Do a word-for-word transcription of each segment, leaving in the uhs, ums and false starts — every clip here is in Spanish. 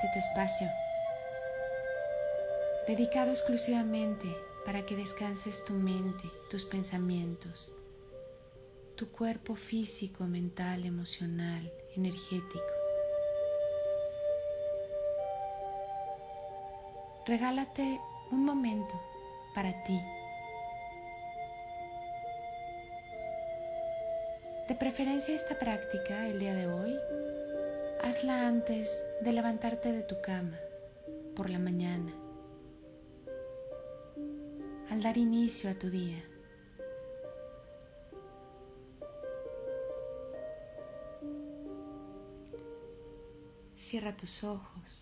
tu espacio, dedicado exclusivamente para que descanses tu mente, tus pensamientos, tu cuerpo físico, mental, emocional, energético. Regálate un momento para ti. De preferencia esta práctica el día de hoy, hazla antes de levantarte de tu cama por la mañana, al dar inicio a tu día. Cierra tus ojos.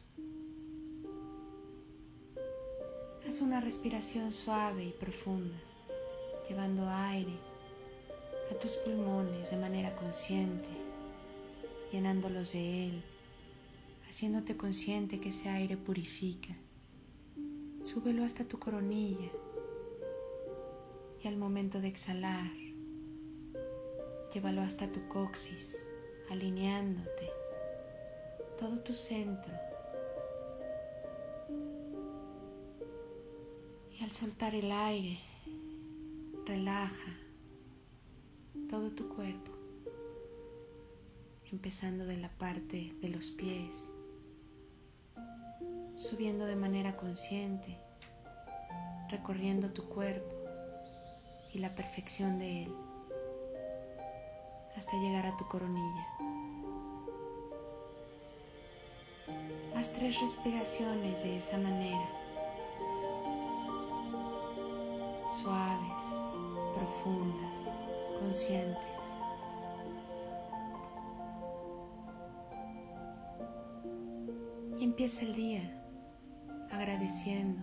Haz una respiración suave y profunda, llevando aire a tus pulmones de manera consciente, llenándolos de él, haciéndote consciente que ese aire purifica. Súbelo hasta tu coronilla y al momento de exhalar, llévalo hasta tu coxis, alineándote todo tu centro. Y al soltar el aire, relaja todo tu cuerpo, empezando de la parte de los pies, subiendo de manera consciente, recorriendo tu cuerpo y la perfección de él, hasta llegar a tu coronilla. Haz tres respiraciones de esa manera, suaves, profundas, conscientes. Y empieza el día agradeciendo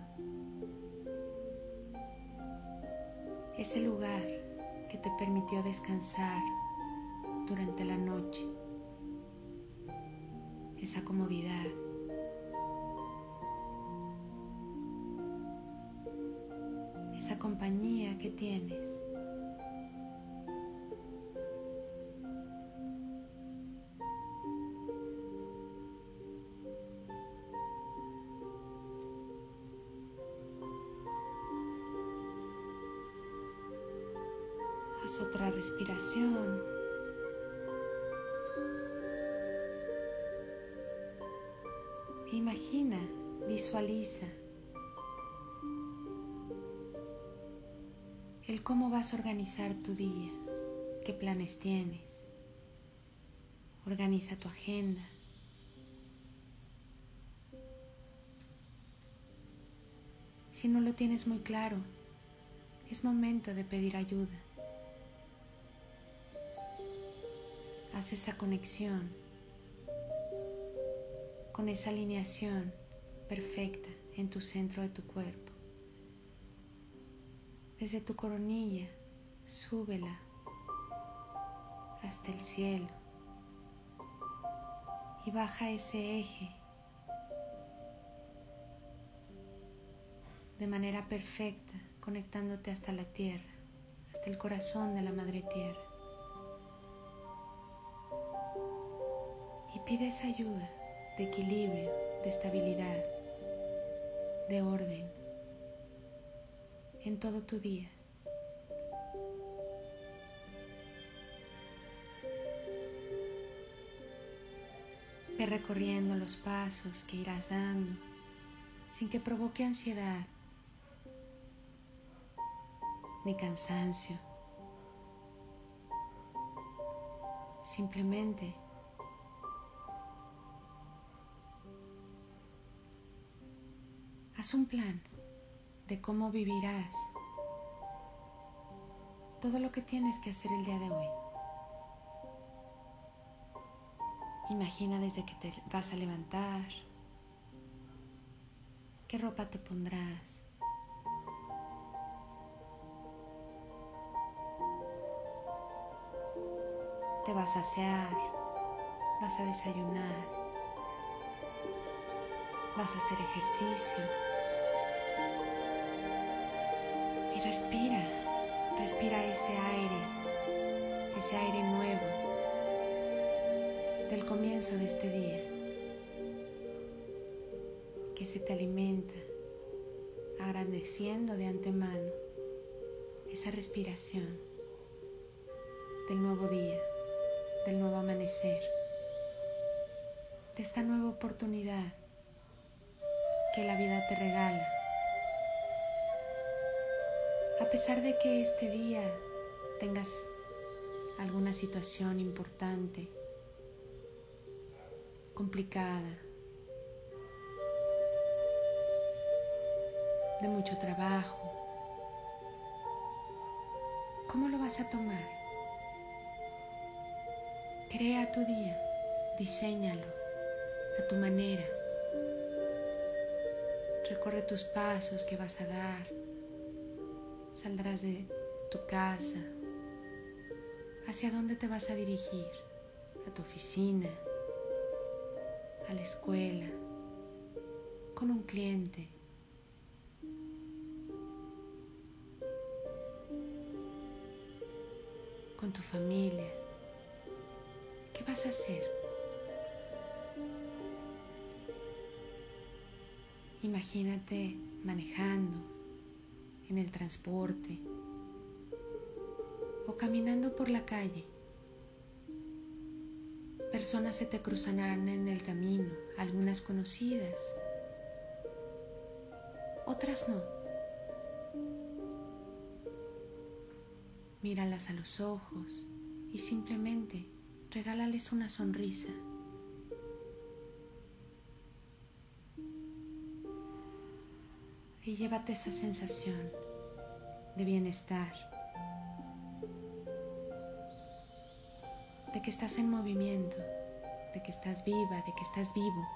ese lugar que te permitió descansar durante la noche, esa comodidad. Esa compañía que tienes. Haz otra respiración. Imagina, visualiza el cómo vas a organizar tu día, qué planes tienes. Organiza tu agenda. Si no lo tienes muy claro, es momento de pedir ayuda. Haz esa conexión con esa alineación perfecta en tu centro de tu cuerpo. Desde tu coronilla, súbela hasta el cielo y baja ese eje de manera perfecta, conectándote hasta la tierra, hasta el corazón de la Madre Tierra. Y pides ayuda de equilibrio, de estabilidad, de orden en todo tu día. Ve recorriendo los pasos que irás dando sin que provoque ansiedad ni cansancio. Simplemente haz un plan de cómo vivirás todo lo que tienes que hacer el día de hoy. Imagina desde que te vas a levantar, qué ropa te pondrás, te vas a asear, vas a desayunar, vas a hacer ejercicio. Y respira, respira ese aire, ese aire nuevo del comienzo de este día. que se te alimenta, agradeciendo de antemano esa respiración del nuevo día, del nuevo amanecer, de esta nueva oportunidad que la vida te regala. A pesar de que este día tengas alguna situación importante, complicada, de mucho trabajo, ¿cómo lo vas a tomar? Crea tu día, diséñalo a tu manera. Recorre tus pasos que vas a dar. Saldrás de tu casa. ¿Hacia dónde te vas a dirigir? ¿A tu oficina? ¿A la escuela? ¿Con un cliente? ¿Con tu familia? ¿Qué vas a hacer? Imagínate manejando, en el transporte o caminando por la calle. Personas se te cruzarán en el camino, algunas conocidas, otras no. Míralas a los ojos y simplemente regálales una sonrisa. Y llévate esa sensación de bienestar, de que estás en movimiento, de que estás viva, de que estás vivo.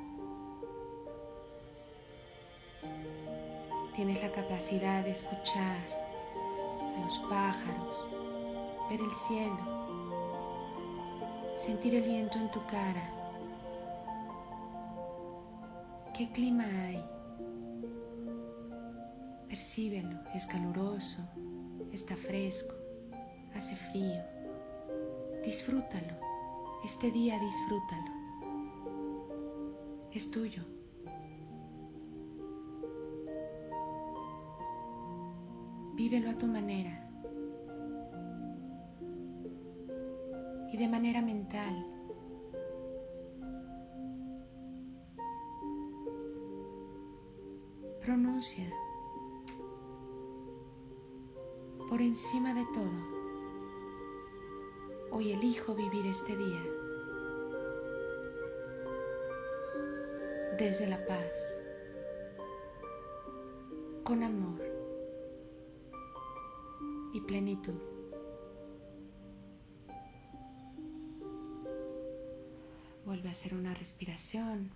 Tienes la capacidad de escuchar a los pájaros, ver el cielo, sentir el viento en tu cara. ¿Qué clima hay? Percíbelo, es caluroso, está fresco, hace frío. Disfrútalo, este día disfrútalo. Es tuyo. Vívelo a tu manera y de manera mental. Pronuncia por encima de todo: hoy elijo vivir este día desde la paz, con amor y plenitud. Vuelve a hacer una respiración.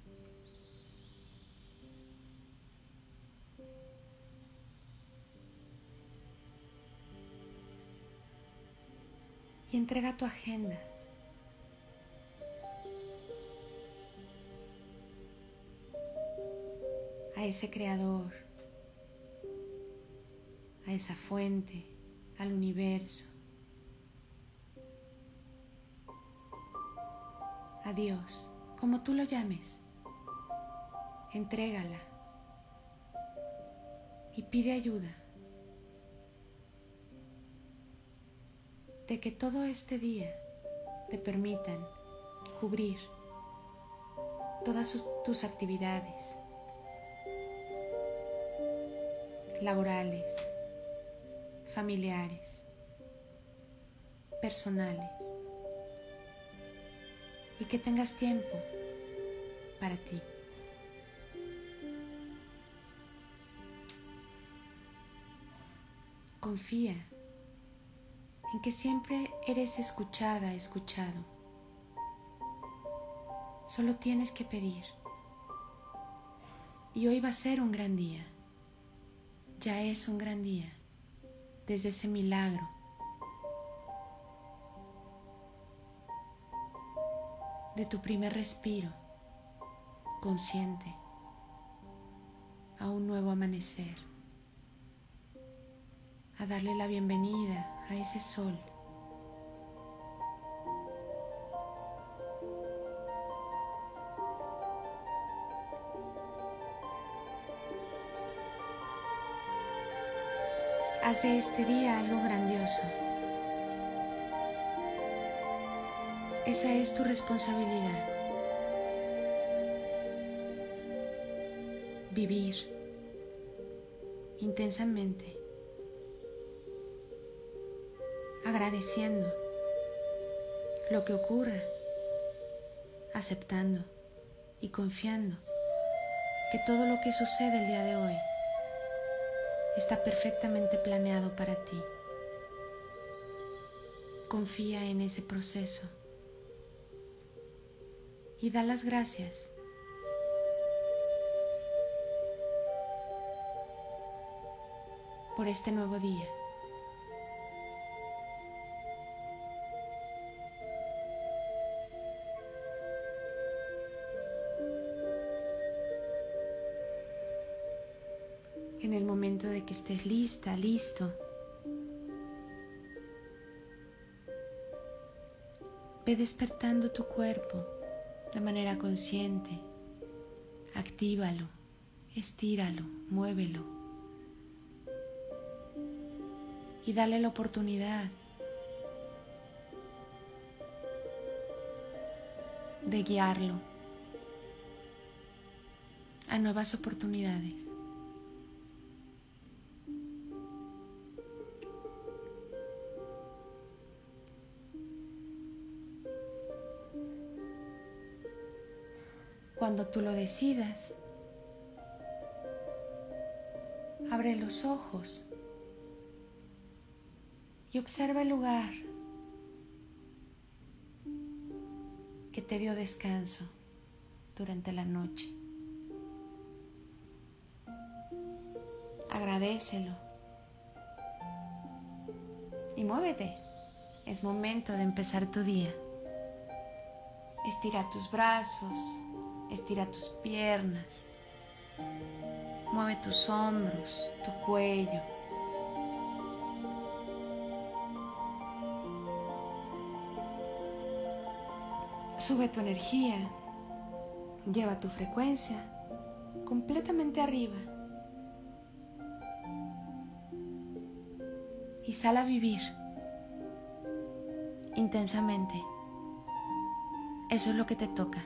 Y entrega tu agenda. A ese creador, a esa fuente, al universo, a Dios, como tú lo llames. Entrégala y pide ayuda de que todo este día te permitan cubrir todas sus, tus actividades laborales, familiares, personales, y que tengas tiempo para ti. Confía en que siempre eres escuchada, escuchado. Solo tienes que pedir. Y hoy va a ser un gran día. Ya es un gran día. Desde ese milagro. De tu primer respiro, consciente, a un nuevo amanecer. A darle la bienvenida a ese sol. Haz de este día algo grandioso. Esa es tu responsabilidad. Vivir intensamente, agradeciendo lo que ocurra, aceptando y confiando que todo lo que sucede el día de hoy está perfectamente planeado para ti. Confía en ese proceso y da las gracias por este nuevo día. En el momento de que estés lista, listo, ve despertando tu cuerpo de manera consciente. Actívalo, estíralo, muévelo y dale la oportunidad de guiarlo a nuevas oportunidades. Cuando tú lo decidas, abre los ojos y observa el lugar que te dio descanso durante la noche. Agradécelo y muévete. Es momento de empezar tu día. Estira tus brazos, estira tus piernas, mueve tus hombros, tu cuello. Sube tu energía, lleva tu frecuencia completamente arriba y sal a vivir intensamente. Eso es lo que te toca.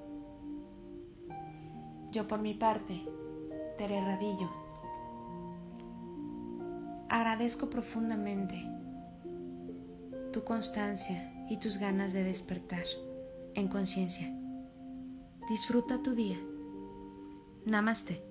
Yo por mi parte, Tere Radillo, agradezco profundamente tu constancia y tus ganas de despertar en conciencia. Disfruta tu día. Namaste.